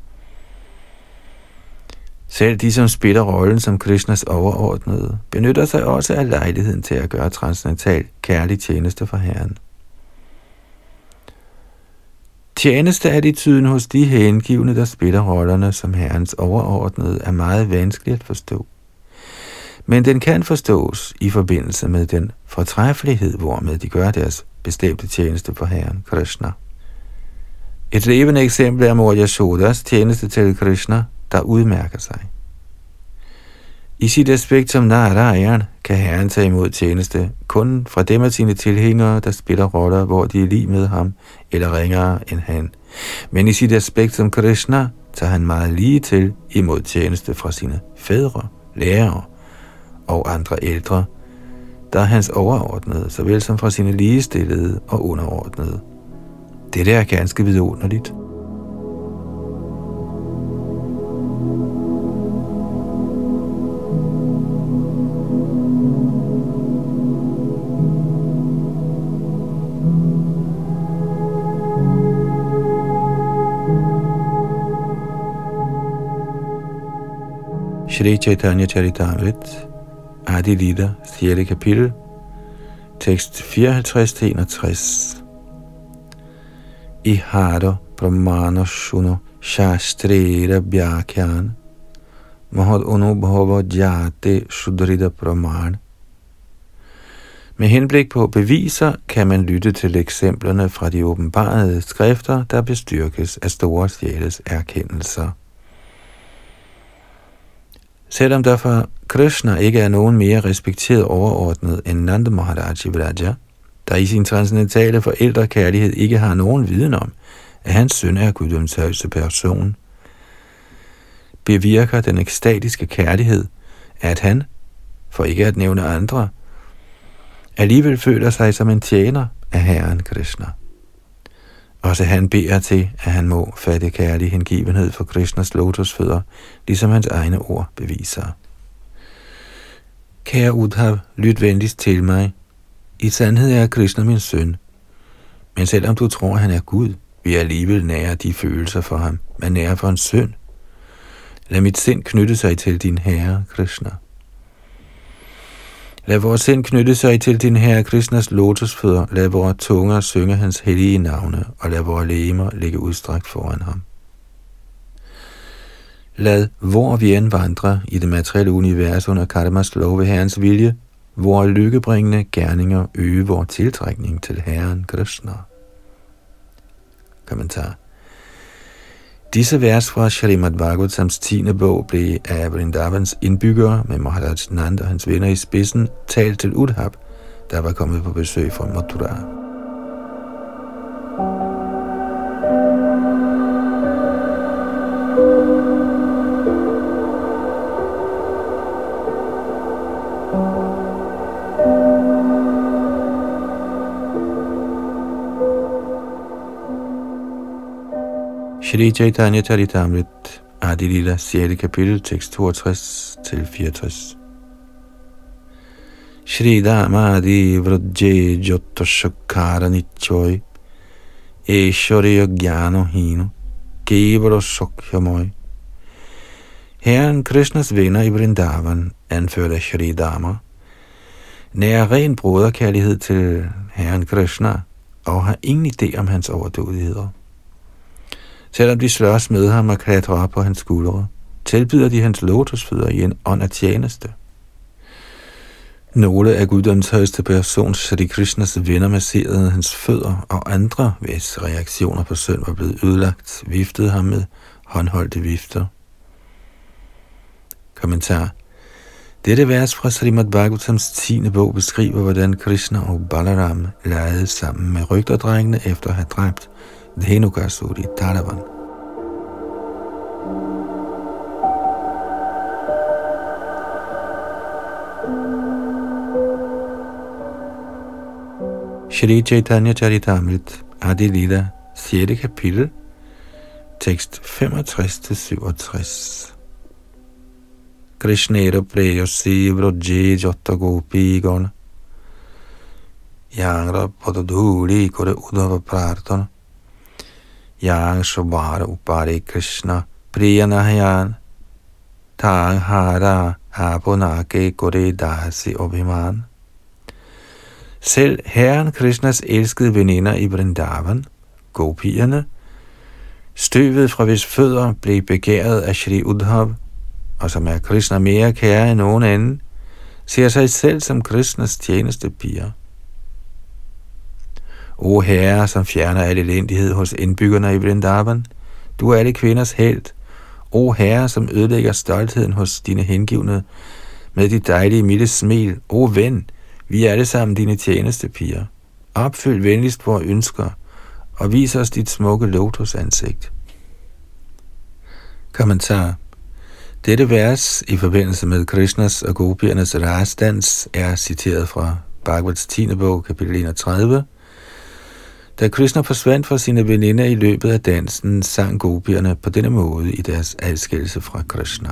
Selv de, som spiller rollen som Krishnas overordnede, benytter sig også af lejligheden til at gøre transcendental kærlig tjeneste for Herren. Tjenesteattituden hos de hengivne, der spiller rollerne som Herrens overordnede, er meget vanskelig at forstå. Men den kan forstås i forbindelse med den fortræffelighed, hvormed de gør deres bestemte tjeneste for Herren Krishna. Et levende eksempel er Mor Yashodas tjeneste til Krishna, der udmærker sig. I sit aspekt som Narayan kan Herren tage imod tjeneste kun fra dem af sine tilhængere, der spiller roller, hvor de er lige med ham eller ringere end han. Men i sit aspekt som Krishna tager han meget lige til imod tjeneste fra sine fædre, lærere og andre ældre, der er hans overordnede, såvel som fra sine ligestillede og underordnede. Det er ganske vidunderligt. Shri Chaitanya Charitamrit, Adi Lila, 4. kapitel, tekst 54-61. Ihara Brahmana Shuno Shastrira Bhyakhyan Mahad Anubhava Jate Shudrida Brahman. Med henblik på beviser kan man lytte til eksemplerne fra de åbenbarede skrifter, der bestyrkes af store sjæles erkendelser. Selvom der for Krishna ikke er nogen mere respekteret overordnet end Nanda Maharaj i Vraja, der i sin transcendentale forældrekærlighed ikke har nogen viden om, at hans søn er Guddoms højeste person, bevirker den ekstatiske kærlighed, at han, for ikke at nævne andre, alligevel føler sig som en tjener af Herren Krishna. Også han beder til, at han må fatte kærlig hengivenhed for Krishnas lotusfødder, ligesom hans egne ord beviser. Kære Uddhav, lyt venligst til mig. I sandhed er Krishna min søn. Men selvom du tror, han er Gud, vil jeg alligevel nære de følelser for ham, man nærer for en søn. Lad mit sind knytte sig til din herre, Krishna. Lad vores sind knytte sig til din herre Krishnas lotusfødder. Lad vores tunger synge hans hellige navne, og lad vores legemer ligge udstrakt foran ham. Lad, hvor vi end vandrer i det materielle univers under karmas lov ved Herrens vilje, hvor lykkebringende gerninger øge vor tiltrækning til Herren Krishna. Kommentar. Disse vers fra Srimad Bhagavatams 10. bog blev af Vrindavans indbyggere med Maharaj Nand og hans venner i spidsen talt til Uddhav, der var kommet på besøg fra Mathura. Shri Chaitanya Charitamrit, Adi Lila, 6. kapitel, tekst 62-64. Shri Damadi Vrajje Jyotoshakara Nichoy, Eshwarya Gyano Hino, Kevara Sokhyamoi. Herren Krishnas venner i Vrindavan, anført af Shri Dama, nærer ren broderkærlighed til Herren Krishna og har ingen idé om hans overdådigheder. Selvom de slås med ham og klatrer op på hans skuldre, tilbyder de hans lotusfødder i en ånd af tjeneste. Nogle af guddommens højeste persons, Shri Krishnas venner, masserede hans fødder, og andre, hvis reaktioner på synd var blevet ødelagt, viftede ham med håndholdte vifter. Kommentar. Dette vers fra Srimad Bhagavatams 10. bog beskriver, hvordan Krishna og Balaram legede sammen med rygterdrengene efter at have dræbt Dhenukasur i Tadavan. Shri Chaitanya Charitamrit, Adi Lila, 6. kapitel, tekst 65-67. Krishnera preyosi vrajje jotta gopigon, yangra padadhuli kore udhava prartana, yang shobhara upare Krishna priyanahyan, tang hara aponake kore dasi obhiman. Selv Herren Krishnas elskede veninder i Vrindavan, gopierne, støvet fra hvis fødder blev begæret af Shri Uddhav, og som er Krishna mere kære end nogen anden, ser sig selv som Krishnas tjenestepiger. O Herre, som fjerner al elendighed hos indbyggerne i Vrindavan, du er alle kvinders helt. O Herre, som ødelægger stoltheden hos dine hengivne med dit dejlige milde smil. O ven, vi er alle sammen dine tjenestepiger. Opfyld venligst vores ønsker, og vis os dit smukke lotusansigt. Kommentar. Dette vers i forbindelse med Krishnas og gopiernes rasdans er citeret fra Bhagavats 10. bog, kapitel 31. Da Krishna forsvandt fra sine veninder i løbet af dansen, sang gopierne på denne måde i deres adskillelse fra Krishna.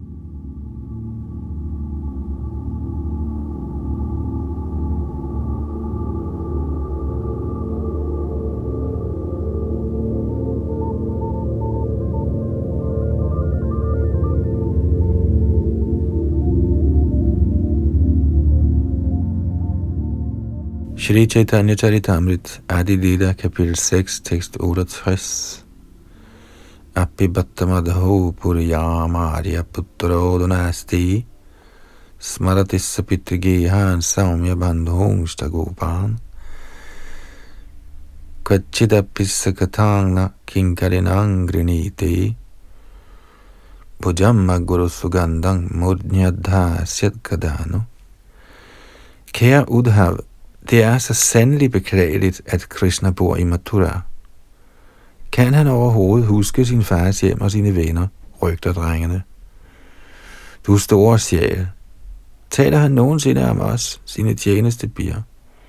Shri Chaitanya Charitamrit, Adi Lila, kapitel 6, tekst 68. Apibattamadho puriyama arya puttrodonasti smaratis pitrigehan saumya bandhong stagopan kvachidapissakatangna kinkarinang griniti bhujamma guru sugandang mudnyadha syadkadano. Kære Uddhav, det er så sandelig beklageligt, at Krishna bor i Mathura. Kan han overhovedet huske sin fars hjem og sine venner, rygterdrengene? Du store sjæl. Taler han nogensinde om os, sine tjenestepiger?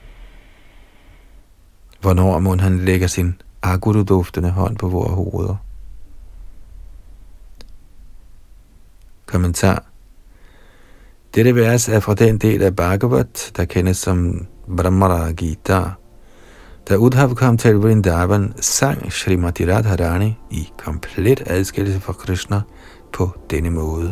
Hvornår må han lægge sin aguruduftende hånd på vores hoveder? Kommentar. Dette vers er fra den del af Bhagavat, der kendes som Brahmara Gita. Da Uddhav kom til Vrindavan, sang Srimati Radharani i komplet adskillelse fra Krishna på denne måde.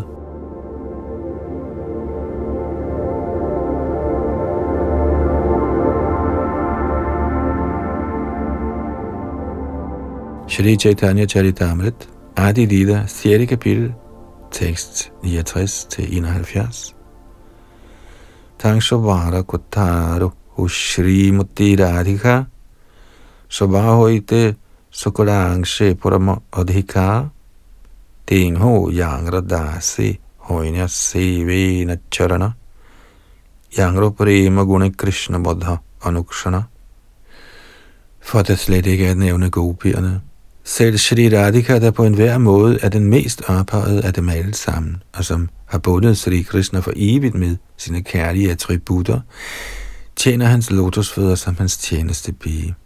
Shri Chaitanya Charitamrit, Adi Lila, 6. kapitel, tekst 69-71. Tang Shavara Kotaru Shri Mati Radhika Savahoite Sukulangshe Purama Adhika Ting Ho Yang Radasi Hoinya Sevena Charana Yang Prema Guna Krishna Bodha Anukshana. For der slet ikke at nævne gopierne. Selv Shri Radhika, der på enhver måde er den mest ophøjede af dem alle sammen, og som har bundet Shri Krishna for evigt med sine kærlige attributter, tjener hans lotusfødder som hans tjeneste pige.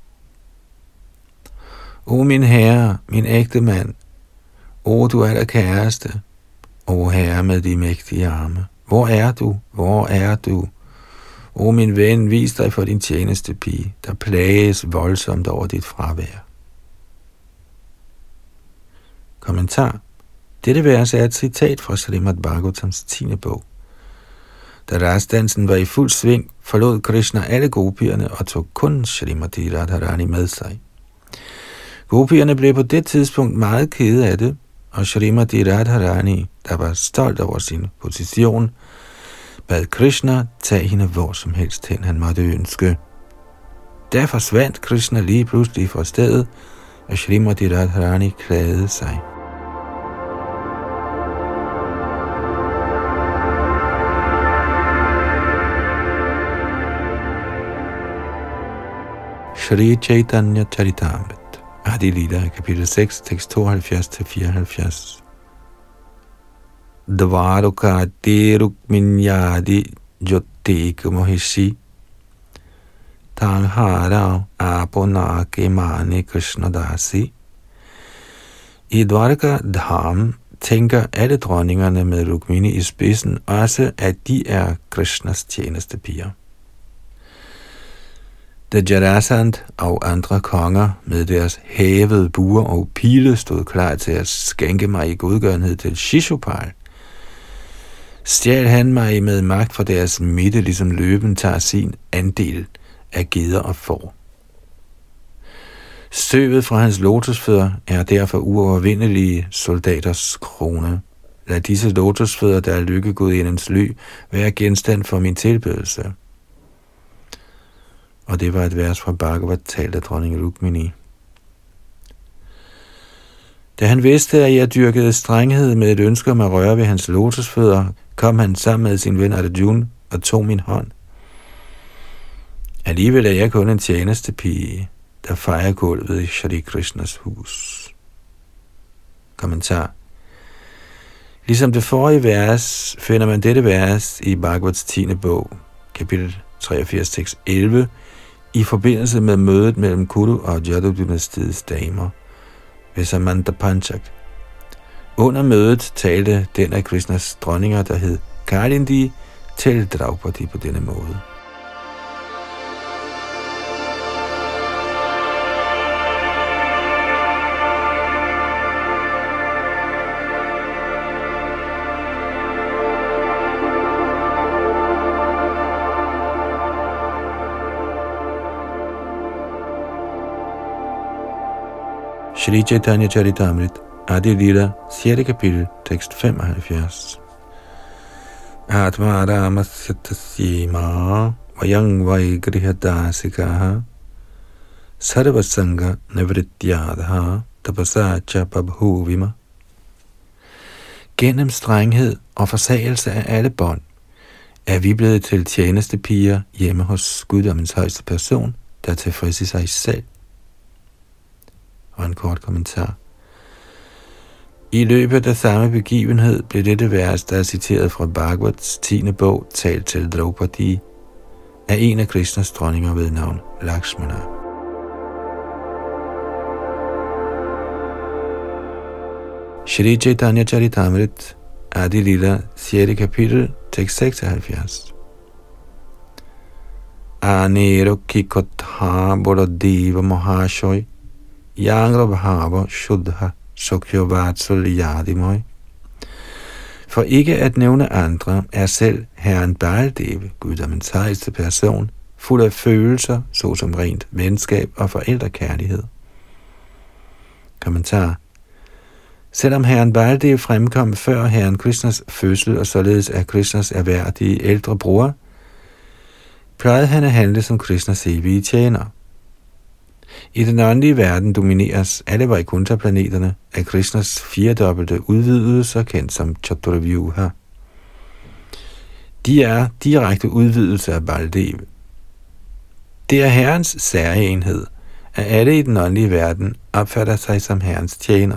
O min herre, min ægte mand, o du er der kæreste, o herre med de mægtige arme, hvor er du, hvor er du? O min ven, vis dig for din tjeneste pige, der plages voldsomt over dit fravær. Kommentar. Dette vers er et citat fra Srimad Bhagavatams 10. bog. Da rasdansen var i fuld sving, forlod Krishna alle gopierne og tog kun Srimati Radharani med sig. Gopierne blev på det tidspunkt meget kede af det, og Srimati Radharani, der var stolt over sin position, bad Krishna tage hende hvor som helst hen han måtte ønske. Der forsvandt Krishna lige pludselig fra stedet, og Srimati Radharani klagede sig. Shri Chaitanya Charitamrit, Adi Lila, kapitel 6, tekst 72-74. Dvarukati Rukminyadi Jyotika Mohishi Tanghara Aponake Mani Krishnadasi. I Dvaraka Dham tænker alle dronningerne med Rukmini i spidsen også, at de er Krishnas tjenestepiger. Da Jarasandh og andre konger med deres hævede buer og pile stod klar til at skænke mig i godgørenhed til Shishupal, stjal han mig med magt fra deres midte, ligesom løven tager sin andel af geder og får. Støvet fra hans lotusfødder er derfor uovervindelige soldaters krone. Lad disse lotusfødder, der er lykkegudindens ly, være genstand for min tilbedelse. Og det var et vers fra Bhagavat, talt af dronning Rukmini. Da han vidste, at jeg dyrkede strenghed med et ønske om at røre ved hans lotusfødder, kom han sammen med sin ven Arjuna og tog min hånd. Alligevel er jeg kun en tjenestepige, der fejrer gulvet i Shri Krishnas hus. Kommentar. Ligesom det forrige vers, finder man dette vers i Bhagavats 10. bog, kapitel 83, tekst 11, i forbindelse med mødet mellem Kuru og Yadu-dynastiets damer ved Samanta Panchak. Under mødet talte den af Krishnas dronninger, der hed Kalindi, til Draupadi på denne måde. Shri Chaitanya Charitamrit, Adi Lila, 6. kapitel, tekst 75. Atma Ramasyatasyema Vayang Vaigrihadasikaha Sarvasanga Navrityadha Tapasacha Babhuvima. Gennem strenghed og forsagelse af alle bånd er vi blevet til tjenestepiger hjemme hos guddommens højeste person, der tilfreds i sig selv. Og en kort kommentar. I løbet af samme begivenhed blev dette vers, der er citeret fra Bhagavats 10. bog, talt til Draupadi af en af Krishnas dronninger ved navn Lakshmana. Shri Chaitanya Charitamrit, Adi Lila, 6. kapitel, tekst 76. Anero kikotha bodadeva mohashoy, yangra bhava shuddha sukhyavatsal yadimoy. For ikke at nævne andre, er selv Herren Baldev, guddommens højeste person, fuld af følelser, såsom rent venskab og forældrekærlighed. Kommentar. Selvom Herren Baldev fremkom før Herren Krishnas fødsel og således er Krishnas erhverdige ældre bror, plejede han at handle som Krishnas evige tjener. I den åndelige verden domineres alle Vaikuntha-planeterne af Krishnas firedobbelte udvidelser, kendt som Chaturvyuha. De er direkte udvidelser af Baldev. Det er Herrens særenhed, at alle i den åndelige verden opfatter sig som Herrens tjener.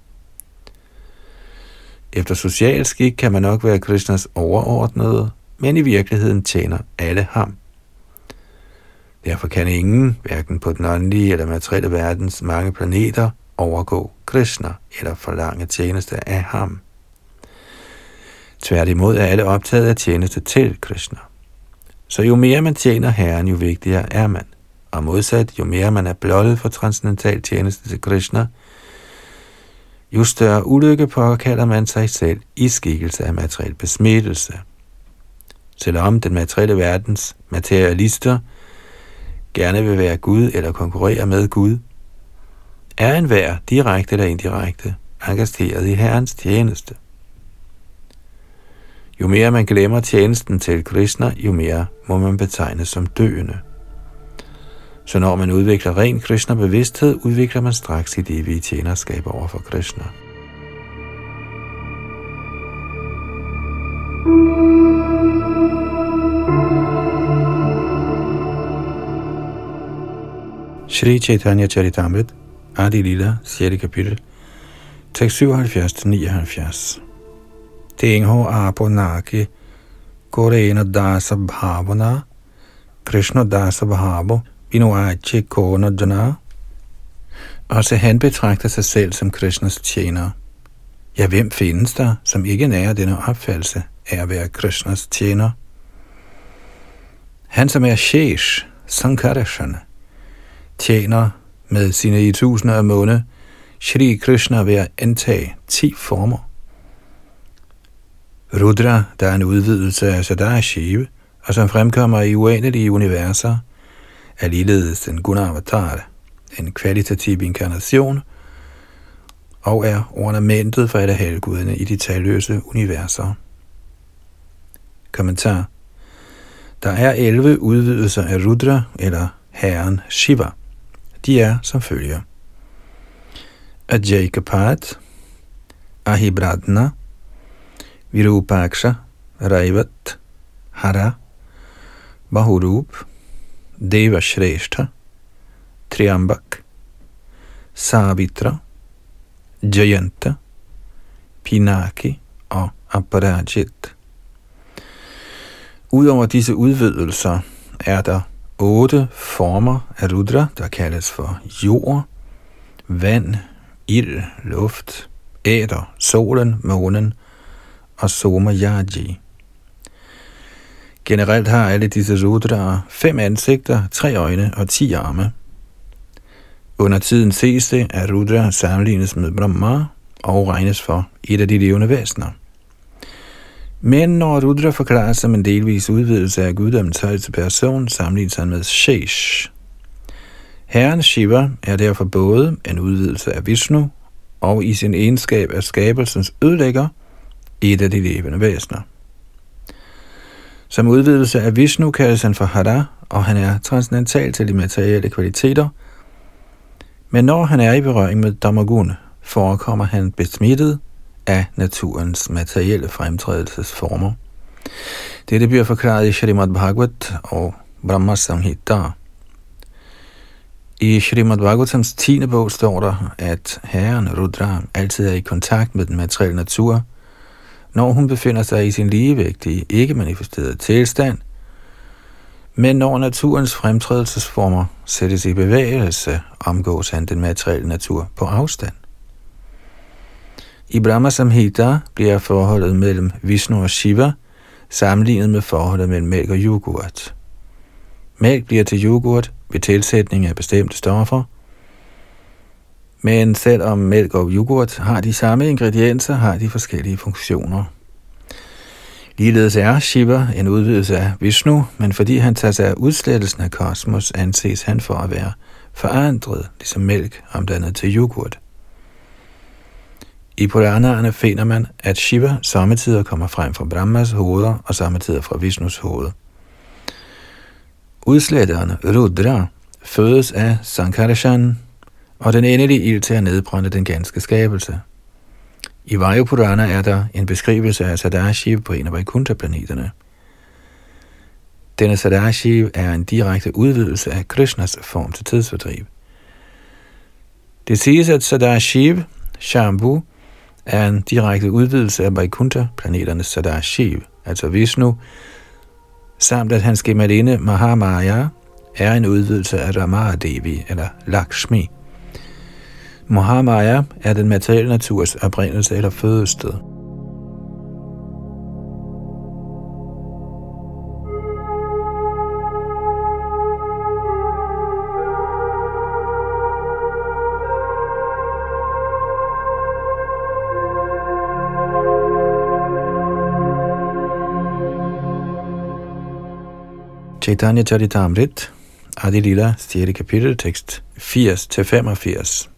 Efter social skik kan man nok være Krishnas overordnede, men i virkeligheden tjener alle ham. Derfor kan ingen, hverken på den åndelige eller materielle verdens mange planeter, overgå Krishna eller forlange tjeneste af ham. Tværtimod er alle optaget af tjeneste til Krishna. Så jo mere man tjener Herren, jo vigtigere er man. Og modsat, jo mere man er blottet for transcendental tjeneste til Krishna, jo større ulykke påkalder man sig selv i skikkelse af materiel besmittelse. Selvom den materielle verdens materialister gerne vil være Gud eller konkurrere med Gud, er enhver direkte eller indirekte engageret i Herrens tjeneste. Jo mere man glemmer tjenesten til Krishna, jo mere må man betegnes som døende. Så når man udvikler ren Krishna-bevidsthed, udvikler man straks sit evige tjenerskab over for Krishna. Shri Chaitanya Charitamrit, Adi Lila, 6. kapitel, tekst 77-79. Tengho aponaki, korena dasa bhavana, Krishna dasa bhavo, vinuachi kona jana. Også han betragter sig selv som Krishnas tjener. Ja, hvem findes der, som ikke nærer denne opfattelse af at være Krishnas tjener? Han, som er Shesh, Sankarshan, tjener med sine i tusinder af munde Shri Krishna ved at antage 10 former. Rudra, der er en udvidelse af Sadashiva, og som fremkommer i uendelige universer, er ligeledes en Gunavatar, en kvalitativ inkarnation, og er ornamentet for alle helguderne i de talløse universer. Kommentar. Der er 11 udvidelser af Rudra, eller Herren Shiva. De er som følger: Ajaykapat, Ahibradna, Virupaksha, Raivat, Hara, Bahurup, Devashreshta, Triambak, Savitra, Jayanta, Pinaki og Aparajit. Udover disse udvidelser er der 8 former af Rudra, der kaldes for jord, vand, ild, luft, æter, solen, månen og Somayaji. Generelt har alle disse Rudraer 5 ansigter, 3 øjne og 10 arme. Under tiden ses det, at Rudra sammenlignes med Brahma og regnes for et af de levende væsener. Men når Rudra forklares som en delvis udvidelse af guddommens højeste person, sammenlignes han med Shesh. Herren Shiva er derfor både en udvidelse af Vishnu og i sin egenskab af skabelsens ødelægger et af de levende væsener. Som udvidelse af Vishnu kaldes han for Hara, og han er transcendental til de materielle kvaliteter, men når han er i berøring med Dhammagun, forekommer han besmittet af naturens materielle fremtrædelsesformer. Dette bliver forklaret i Srimad Bhagavat og Brahma Samhita. I Srimad Bhagavatams 10. bog står der, at Herren Rudra altid er i kontakt med den materielle natur, når hun befinder sig i sin ligevægtige, ikke manifesterede tilstand, men når naturens fremtrædelsesformer sættes i bevægelse, omgås han den materielle natur på afstand. I Brahma Samhita bliver forholdet mellem Vishnu og Shiva sammenlignet med forholdet mellem mælk og yoghurt. Mælk bliver til yoghurt ved tilsætning af bestemte stoffer, men selvom mælk og yoghurt har de samme ingredienser, har de forskellige funktioner. Ligeledes er Shiva en udvidelse af Vishnu, men fordi han tager sig af udslettelsen af kosmos, anses han for at være forandret, ligesom mælk omdannet til yoghurt. I Puranaerne finder man, at Shiva sommetider kommer frem fra Brahmas hoveder og sommetider fra Vishnus hoved. Udsletteren Rudra fødes af Sankarshan, og den endelige ild til at nedbrænde den ganske skabelse. I Vajupurana er der en beskrivelse af Sadashiv på en af Vaikuntha-planeterne. Denne Sadashiv er en direkte udvidelse af Krishnas form til tidsfordriv. Det siges, at Sadashiv, Shambhu, er en direkte udvidelse af Vaikuntha-planeternes Sadashiv, altså Vishnu, samt at hans gemalinde Mahamaya er en udvidelse af Ramadevi eller Lakshmi. Mahamaya er den materielle naturs oprindelse eller fødested. Chaitanya Charitamrit, Adi Lila, 6. kapitel, tekst 80-85.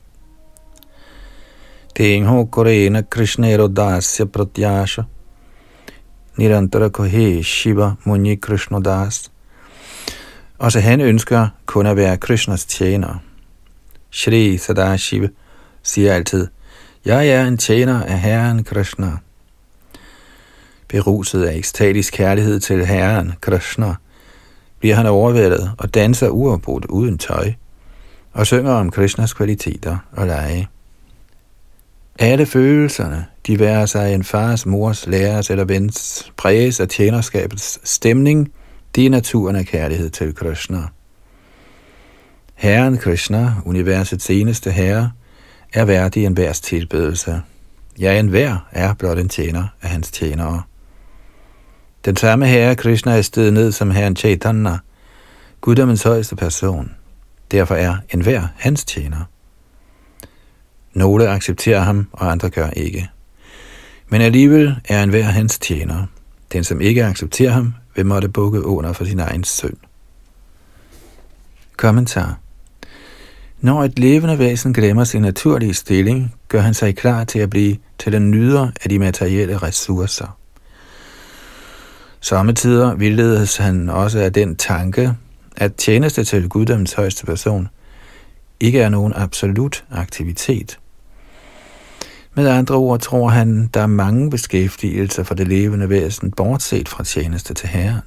Tengho korena Krishnero dasya pratyasha nirantara kohe Shiva muni Krishnodas. Også han ønsker kun at være Krishnas tjener. Shri Sadashiva siger altid, jeg er en tjener af Herren Krishna. Beruset af ekstatisk kærlighed til Herren Krishna, bliver han overvældet og danser uafbrudt uden tøj, og synger om Krishnas kvaliteter og lege. Alle følelserne, de værer sig en fars, mors, lærers eller vens, præges af tjenerskabets stemning, det er naturen af kærlighed til Krishna. Herren Krishna, universets eneste herre, er værdig enhvers tilbedelse. Ja, enhver er blot en tjener af hans tjenere. Den samme herre Krishna er steget ned som herren Chaitanya, guddommens højeste person. Derfor er enhver hans tjener. Nogle accepterer ham, og andre gør ikke. Men alligevel er enhver hans tjener. Den, som ikke accepterer ham, vil måtte bukke under for sin egen synd. Kommentar. Når et levende væsen glemmer sin naturlige stilling, gør han sig klar til at blive til en nyder af de materielle ressourcer. Sommetider vildledes han også af den tanke, at tjeneste til guddommens højeste person ikke er nogen absolut aktivitet. Med andre ord tror han, der er mange beskæftigelser for det levende væsen, bortset fra tjeneste til Herren.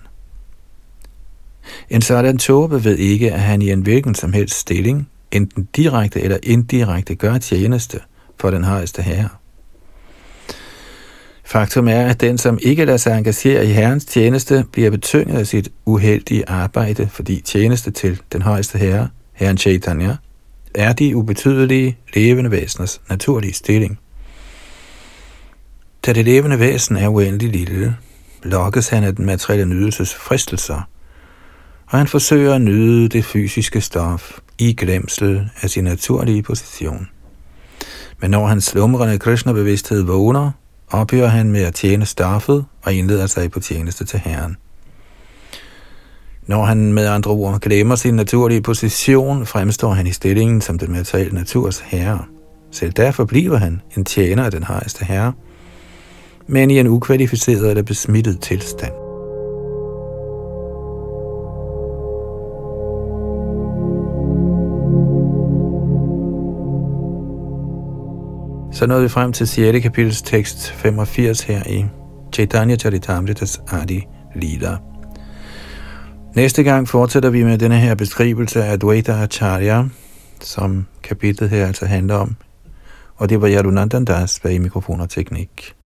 En sådan tåbe ved ikke, at han i en hvilken som helst stilling, enten direkte eller indirekte, gør tjeneste for den højeste Herre. Faktum er, at den, som ikke lader sig engagere i Herrens tjeneste, bliver betynget af sit uheldige arbejde, fordi tjeneste til den højeste Herre, Herren Chaitanya, er de ubetydelige levende væseners naturlige stilling. Da det levende væsen er uendelig lille, lokkes han af den materielle nydelses fristelser, og han forsøger at nyde det fysiske stof i glemsel af sin naturlige position. Men når hans slumrende Krishna-bevidsthed vågner, ophører han med at tjene stoffet og indleder sig på tjeneste til Herren. Når han med andre ord glemmer sin naturlige position, fremstår han i stillingen som den materielle naturs herre. Selv derfor bliver han en tjener af den højeste herre, men i en ukvalificeret eller besmittet tilstand. Så nåede vi frem til 6. kapitels tekst 85 her i Chaitanya Charitamritas Adi Lila. Næste gang fortsætter vi med denne her beskrivelse af Advaita Acharya, som kapitlet her altså handler om. Og det var Yadunandan Das bag mikrofon og teknik.